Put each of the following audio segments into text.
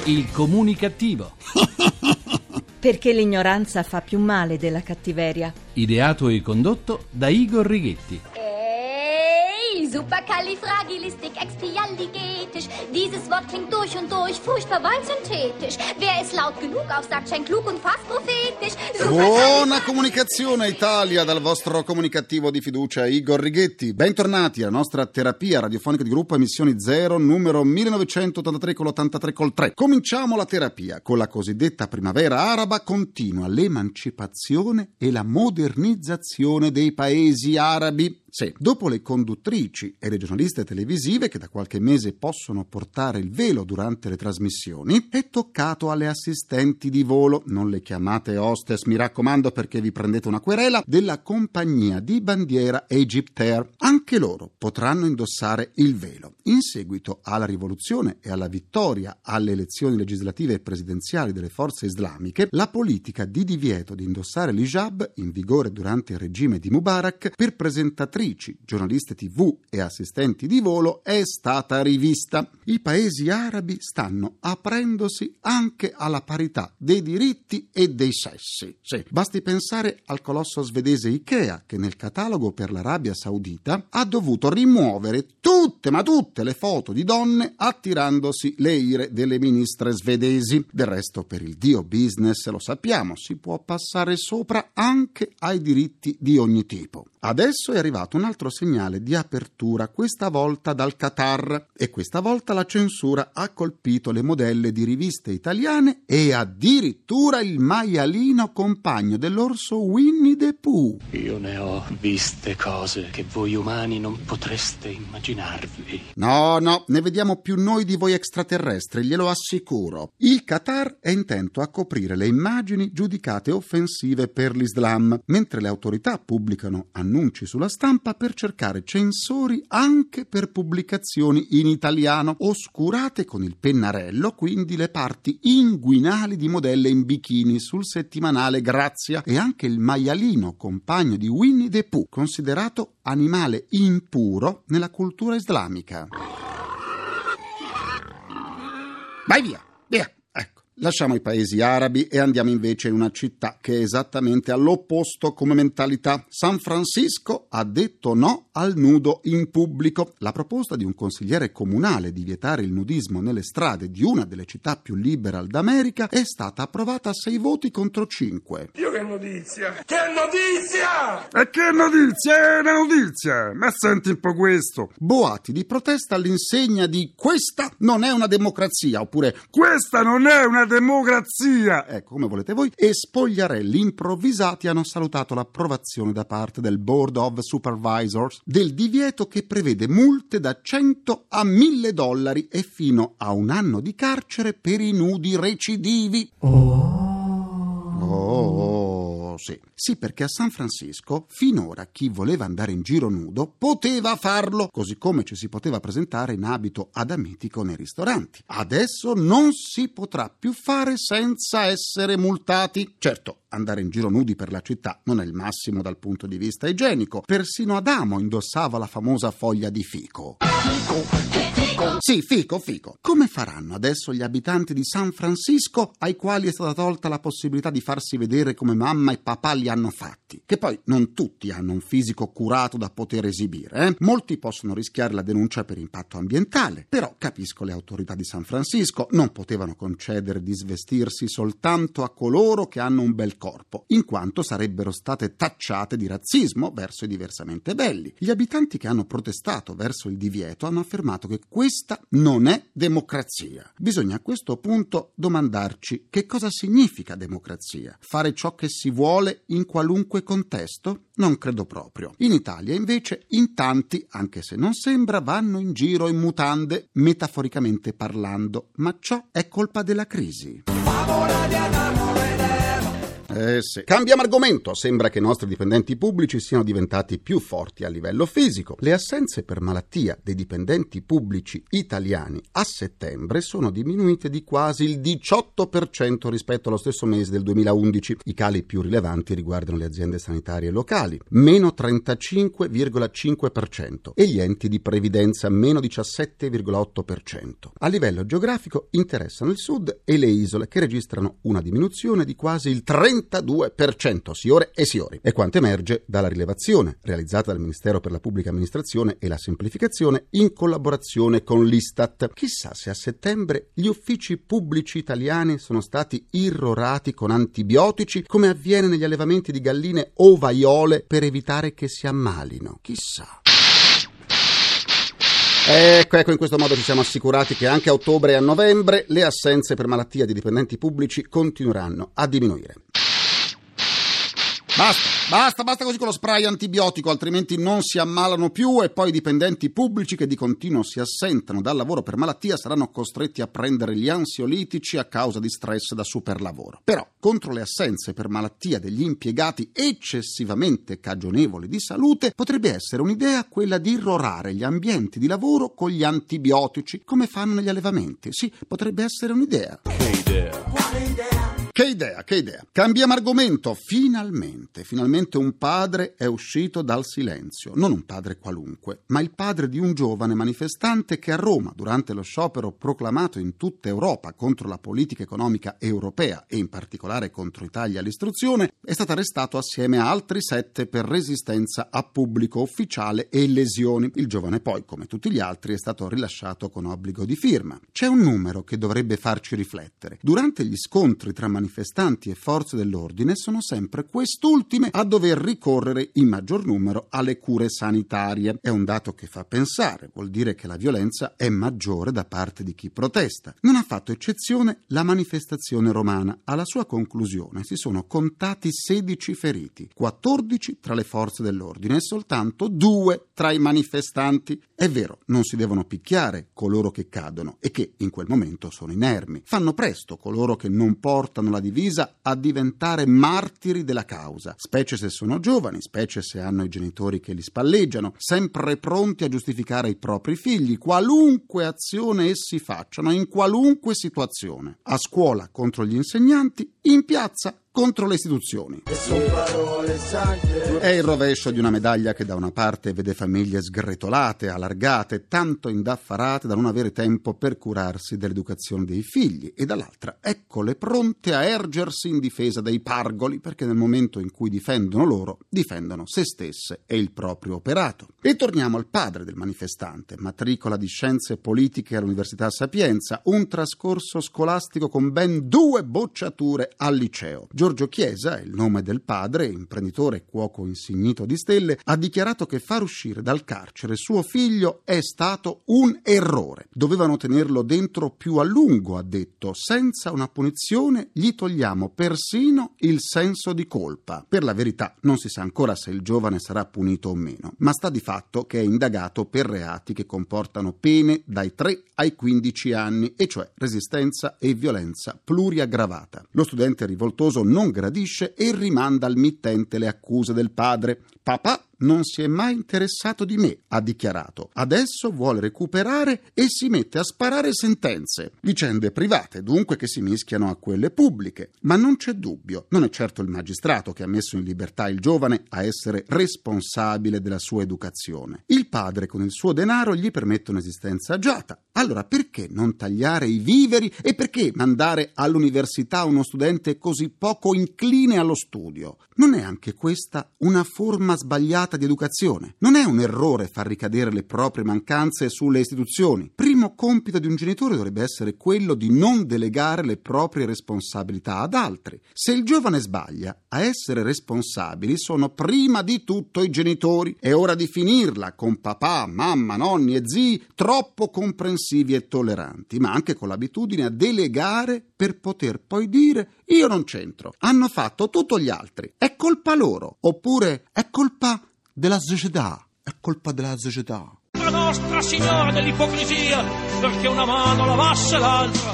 Il comunicativo. Perché l'ignoranza fa più male della cattiveria. Ideato e condotto da Igor Righetti. Supercalifragilistikexpialidocious. Dieses Wort klingt durch und durch furchtbar synthetisch. Wer es laut genug aufsagt, scheint klug und fast prophetisch. Buona comunicazione Italia dal vostro comunicativo di fiducia Igor Righetti. Bentornati alla nostra terapia radiofonica di gruppo Emissioni Zero numero 1983 con l'83 col 3. Cominciamo la terapia con la cosiddetta primavera araba. Continua l'emancipazione e la modernizzazione dei paesi arabi. Sì, dopo le conduttrici e le giornaliste televisive che da qualche mese possono portare il velo durante le trasmissioni, è toccato alle assistenti di volo, non le chiamate hostess, mi raccomando, perché vi prendete una querela, della compagnia di bandiera Egyptair. Anche loro potranno indossare il velo. In seguito alla rivoluzione e alla vittoria alle elezioni legislative e presidenziali delle forze islamiche, la politica di divieto di indossare l'hijab, in vigore durante il regime di Mubarak, per presentatrici, giornaliste TV e assistenti di volo è stata rivista. I paesi arabi stanno aprendosi anche alla parità dei diritti e dei sessi. Sì, basti pensare al colosso svedese Ikea, che nel catalogo per l'Arabia Saudita ha dovuto rimuovere tutte le foto di donne, attirandosi le ire delle ministre svedesi. Del resto, per il dio business, lo sappiamo, si può passare sopra anche ai diritti di ogni tipo. Adesso è arrivato un altro segnale di apertura, questa volta dal Qatar, e questa volta la censura ha colpito le modelle di riviste italiane e addirittura il maialino compagno dell'orso Winnie the Pooh. Io ne ho viste cose che voi umani non potreste immaginarvi. No, ne vediamo più noi di voi extraterrestri, glielo assicuro. Il Qatar è intento a coprire le immagini giudicate offensive per l'Islam, mentre le autorità pubblicano annunci sulla stampa per cercare censori anche per pubblicazioni in italiano, oscurate con il pennarello quindi le parti inguinali di modelle in bikini sul settimanale Grazia, e anche il maialino compagno di Winnie the Pooh, considerato animale impuro nella cultura islamica. Vai via! Ecco, lasciamo i paesi arabi e andiamo invece in una città che è esattamente all'opposto come mentalità. San Francisco ha detto no al nudo in pubblico. La proposta di un consigliere comunale di vietare il nudismo nelle strade di una delle città più liberal d'America è stata approvata a 6 voti contro 5. Dio, che notizia! Che notizia! E che notizia? È una notizia! Ma senti un po' questo. Boati di protesta all'insegna di "questa non è una democrazia" oppure "questa non è una democrazia". Ecco, come volete voi. E spogliarelli improvvisati hanno salutato l'approvazione da parte del Board of Supervisors del divieto che prevede multe da $100 a $1.000 e fino a 1 anno di carcere per i nudi recidivi. Sì, perché a San Francisco finora chi voleva andare in giro nudo poteva farlo, così come ci si poteva presentare in abito adamitico nei ristoranti. Adesso non si potrà più fare senza essere multati. Certo, andare in giro nudi per la città non è il massimo dal punto di vista igienico. Persino Adamo indossava la famosa foglia di fico. Sì, fico. Come faranno adesso gli abitanti di San Francisco, ai quali è stata tolta la possibilità di farsi vedere come mamma e papà li hanno fatti? Che poi non tutti hanno un fisico curato da poter esibire, Molti possono rischiare la denuncia per impatto ambientale. Però capisco le autorità di San Francisco, non potevano concedere di svestirsi soltanto a coloro che hanno un bel corpo, in quanto sarebbero state tacciate di razzismo verso i diversamente belli. Gli abitanti che hanno protestato verso il divieto hanno affermato che questa non è democrazia. Bisogna a questo punto domandarci che cosa significa democrazia. Fare ciò che si vuole in qualunque contesto? Non credo proprio. In Italia invece in tanti, anche se non sembra, vanno in giro in mutande, metaforicamente parlando, ma ciò è colpa della crisi. Sì. Cambiamo argomento. Sembra che i nostri dipendenti pubblici siano diventati più forti a livello fisico. Le assenze per malattia dei dipendenti pubblici italiani a settembre sono diminuite di quasi il 18% rispetto allo stesso mese del 2011. I cali più rilevanti riguardano le aziende sanitarie locali, meno 35,5%, e gli enti di previdenza, meno 17,8%. A livello geografico interessano il sud e le isole, che registrano una diminuzione di quasi il 32%, signore e signori. È quanto emerge dalla rilevazione realizzata dal Ministero per la Pubblica Amministrazione e la Semplificazione in collaborazione con l'Istat. Chissà se a settembre gli uffici pubblici italiani sono stati irrorati con antibiotici, come avviene negli allevamenti di galline o vaiole, per evitare che si ammalino. Chissà. Ecco, in questo modo ci siamo assicurati che anche a ottobre e a novembre le assenze per malattia di dipendenti pubblici continueranno a diminuire. Basta così con lo spray antibiotico, altrimenti non si ammalano più e poi i dipendenti pubblici che di continuo si assentano dal lavoro per malattia saranno costretti a prendere gli ansiolitici a causa di stress da superlavoro. Però contro le assenze per malattia degli impiegati eccessivamente cagionevoli di salute potrebbe essere un'idea quella di irrorare gli ambienti di lavoro con gli antibiotici, come fanno negli allevamenti. Sì, potrebbe essere un'idea. Che idea. Cambiamo argomento. Finalmente un padre è uscito dal silenzio. Non un padre qualunque, ma il padre di un giovane manifestante che a Roma, durante lo sciopero proclamato in tutta Europa contro la politica economica europea e in particolare contro i tagli all'istruzione, è stato arrestato assieme a altri 7 per resistenza a pubblico ufficiale e lesioni. Il giovane poi, come tutti gli altri, è stato rilasciato con obbligo di firma. C'è un numero che dovrebbe farci riflettere. Durante gli scontri tra manifestanti e forze dell'ordine sono sempre quest'ultime a dover ricorrere in maggior numero alle cure sanitarie. È un dato che fa pensare, vuol dire che la violenza è maggiore da parte di chi protesta. Non ha fatto eccezione la manifestazione romana. Alla sua conclusione si sono contati 16 feriti, 14 tra le forze dell'ordine e soltanto 2 tra i manifestanti. È vero, non si devono picchiare coloro che cadono e che in quel momento sono inermi. Fanno presto coloro che non portano la divisa a diventare martiri della causa, specie se sono giovani, specie se hanno i genitori che li spalleggiano, sempre pronti a giustificare i propri figli, qualunque azione essi facciano, in qualunque situazione. A scuola contro gli insegnanti, in piazza contro le istituzioni. È il rovescio di una medaglia che da una parte vede famiglie sgretolate, allargate, tanto indaffarate da non avere tempo per curarsi dell'educazione dei figli, e dall'altra eccole pronte a ergersi in difesa dei pargoli, perché nel momento in cui difendono loro, difendono se stesse e il proprio operato. E torniamo al padre del manifestante, matricola di Scienze Politiche all'Università Sapienza, un trascorso scolastico con ben 2 bocciature al liceo. Giorgio Chiesa, il nome del padre, imprenditore e cuoco insignito di stelle, ha dichiarato che far uscire dal carcere suo figlio è stato un errore. Dovevano tenerlo dentro più a lungo, ha detto. Senza una punizione gli togliamo persino il senso di colpa. Per la verità non si sa ancora se il giovane sarà punito o meno, ma sta di fatto che è indagato per reati che comportano pene dai 3 ai 15 anni, e cioè resistenza e violenza pluriaggravata. Lo studente rivoltoso non gradisce e rimanda al mittente le accuse del padre. Papà non si è mai interessato di me, ha dichiarato. Adesso vuole recuperare e si mette a sparare sentenze. Vicende private, dunque, che si mischiano a quelle pubbliche. Ma non c'è dubbio, non è certo il magistrato che ha messo in libertà il giovane a essere responsabile della sua educazione. Il padre con il suo denaro gli permette un'esistenza agiata. Allora perché non tagliare i viveri e perché mandare all'università uno studente così poco incline allo studio? Non è anche questa una forma sbagliata di educazione? Non è un errore far ricadere le proprie mancanze sulle istituzioni? Primo compito di un genitore dovrebbe essere quello di non delegare le proprie responsabilità ad altri. Se il giovane sbaglia, a essere responsabili sono prima di tutto i genitori. È ora di finirla con papà, mamma, nonni e zii troppo comprensivi e tolleranti, ma anche con l'abitudine a delegare per poter poi dire: io non c'entro, hanno fatto tutto gli altri, è colpa loro, oppure è colpa della società, è colpa della società. La Nostra Signora dell'ipocrisia, perché una mano lavasse l'altra,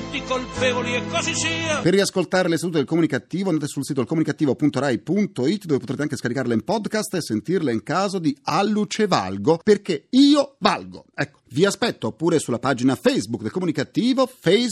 tutti colpevoli e così sia. Per riascoltare le sedute del Comunicativo andate sul sito ilcomunicativo.rai.it, dove potrete anche scaricarle in podcast e sentirle in caso di Alluce Valgo, perché io valgo. Ecco, vi aspetto, oppure sulla pagina Facebook del Comunicativo,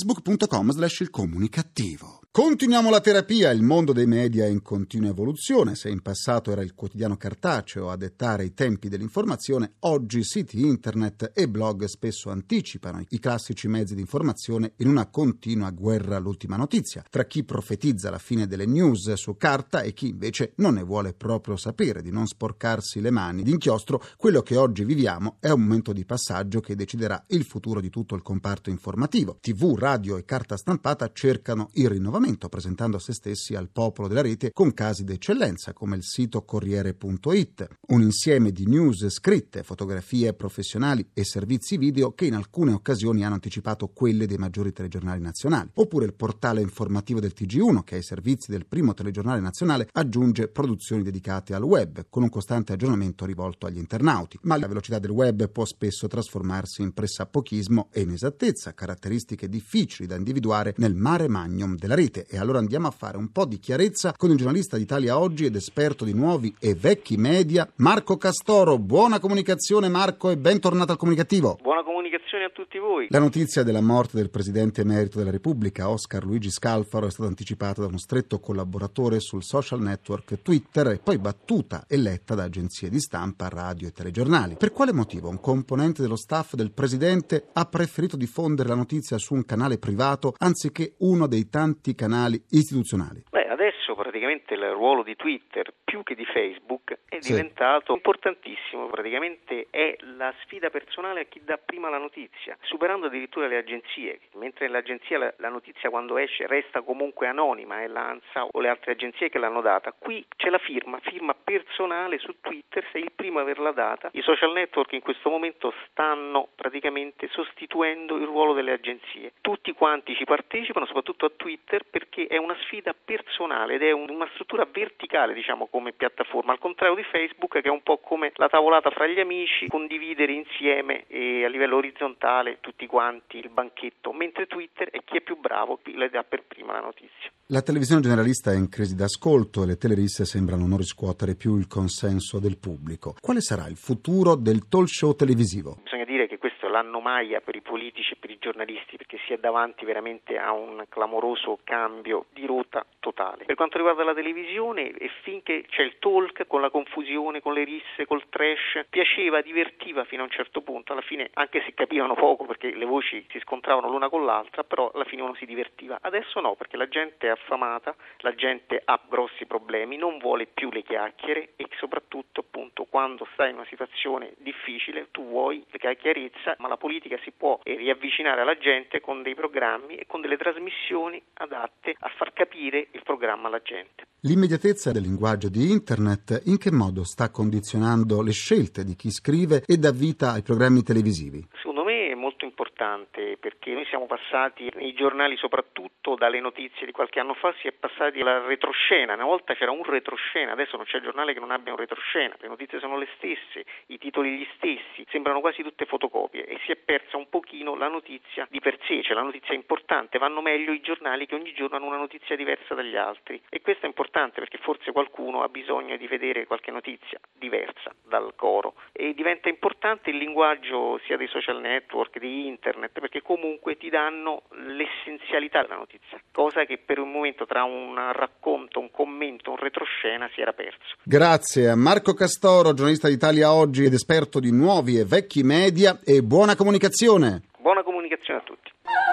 facebook.com/ilcomunicativo. Continuiamo la terapia. Il mondo dei media è in continua evoluzione. Se in passato era il quotidiano cartaceo a dettare i tempi dell'informazione, oggi siti internet e blog spesso anticipano i classici mezzi di informazione in una continua guerra all'ultima notizia, tra chi profetizza la fine delle news su carta e chi invece non ne vuole proprio sapere, di non sporcarsi le mani d'inchiostro. Quello che oggi viviamo è un momento di passaggio che deciderà il futuro di tutto il comparto informativo. TV, radio e carta stampata cercano il rinnovamento, presentando se stessi al popolo della rete con casi d'eccellenza come il sito Corriere.it, un insieme di news scritte, fotografie professionali e servizi video che in alcune occasioni hanno anticipato quelle dei maggiori telegiornali nazionali, oppure il portale informativo del TG1 che ai servizi del primo telegiornale nazionale aggiunge produzioni dedicate al web con un costante aggiornamento rivolto agli internauti. Ma la velocità del web può spesso trasformarsi in pressapochismo e inesattezza, caratteristiche difficili da individuare nel mare magnum della rete. E allora andiamo a fare un po' di chiarezza con il giornalista di Italia Oggi ed esperto di nuovi e vecchi media, Marco Castoro. Buona comunicazione, Marco, e bentornato al Comunicativo. Buona comunicazione a tutti voi. La notizia della morte del presidente emerito della Repubblica, Oscar Luigi Scalfaro, è stata anticipata da uno stretto collaboratore sul social network Twitter e poi battuta e letta da agenzie di stampa, radio e telegiornali. Per quale motivo un componente dello staff del presidente ha preferito diffondere la notizia su un canale privato anziché uno dei tanti canali istituzionali? Adesso praticamente il ruolo di Twitter, più che di Facebook, è diventato importantissimo. Praticamente è la sfida personale a chi dà prima la notizia, superando addirittura le agenzie. Mentre l'agenzia la notizia quando esce resta comunque anonima, è l'ANSA o le altre agenzie che l'hanno data. Qui c'è la firma personale su Twitter, sei il primo a averla data. I social network in questo momento stanno praticamente sostituendo il ruolo delle agenzie. Tutti quanti ci partecipano, soprattutto a Twitter, perché è una sfida personale ed è una struttura verticale, diciamo, come piattaforma, al contrario di Facebook, che è un po' come la tavolata fra gli amici, condividere insieme e a livello orizzontale tutti quanti il banchetto, mentre Twitter è chi è più bravo, chi le dà per prima la notizia. La televisione generalista è in crisi d'ascolto e le telerisse sembrano non riscuotere più il consenso del pubblico. Quale sarà il futuro del talk show televisivo? Bisogna dire che questo è l'annomalia per i politici e per i giornalisti, perché si è davanti veramente a un clamoroso cambio di rotta totale. Per quanto riguarda la televisione, e finché c'è il talk con la confusione, con le risse, col trash, piaceva, divertiva fino a un certo punto, alla fine, anche se capivano poco perché le voci si scontravano l'una con l'altra, però alla fine uno si divertiva. Adesso no, perché la gente è affamata, la gente ha grossi problemi, non vuole più le chiacchiere e soprattutto appunto quando stai in una situazione difficile tu vuoi la chiarezza, ma la politica si può riavvicinare alla gente con dei programmi e con delle trasmissioni adatte a far capire il programma alla gente. L'immediatezza del linguaggio di internet in che modo sta condizionando le scelte di chi scrive e dà vita ai programmi televisivi? Secondo me è molto importante, perché noi siamo passati nei giornali, soprattutto dalle notizie di qualche anno fa, si è passati alla retroscena. Una volta c'era un retroscena, adesso non c'è giornale che non abbia un retroscena, le notizie sono le stesse, i titoli gli stessi, sembrano quasi tutte fotocopie e si è persa un pochino la notizia di per sé, cioè la notizia è importante, vanno meglio i giornali che ogni giorno hanno una notizia diversa dagli altri, e questo è importante perché forse qualcuno ha bisogno di vedere qualche notizia diversa dal coro, e diventa importante il linguaggio sia dei social network, di internet, perché comunque ti danno l'essenzialità della notizia, cosa che per un momento tra un racconto, un commento, un retroscena si era perso. Grazie a Marco Castoro, giornalista di Italia Oggi ed esperto di nuovi e vecchi media, e buona comunicazione. Buona comunicazione a tutti.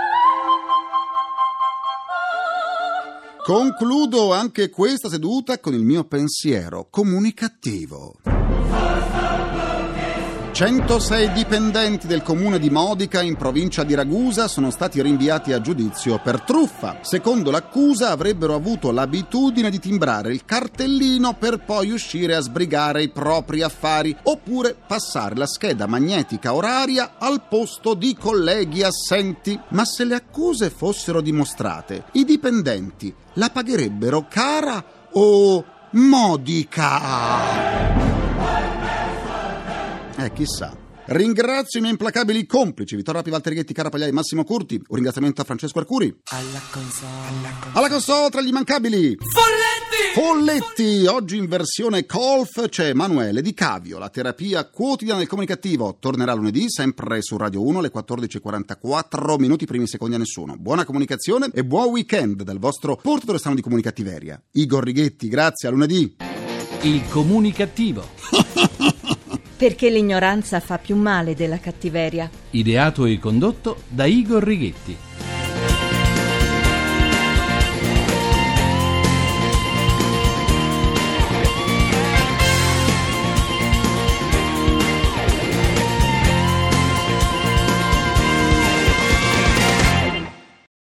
Concludo anche questa seduta con il mio pensiero comunicativo. 106 dipendenti del comune di Modica in provincia di Ragusa sono stati rinviati a giudizio per truffa. Secondo l'accusa avrebbero avuto l'abitudine di timbrare il cartellino per poi uscire a sbrigare i propri affari oppure passare la scheda magnetica oraria al posto di colleghi assenti. Ma se le accuse fossero dimostrate, i dipendenti la pagherebbero cara o modica? Chissà. Ringrazio i miei implacabili complici Vittorio Rapi, Walter Righetti, Cara Pagliai, Massimo Curti. Un ringraziamento a Francesco Arcuri. Alla console tra gli immancabili Folletti. Oggi in versione Colf c'è Emanuele Di Cavio. La terapia quotidiana del comunicativo tornerà lunedì, sempre su Radio 1 alle 14:44 minuti, primi secondi a nessuno. Buona comunicazione e buon weekend dal vostro portatore strano di comunicattiveria, Igor Righetti. Grazie, a lunedì. Il comunicativo. Perché l'ignoranza fa più male della cattiveria. Ideato e condotto da Igor Righetti.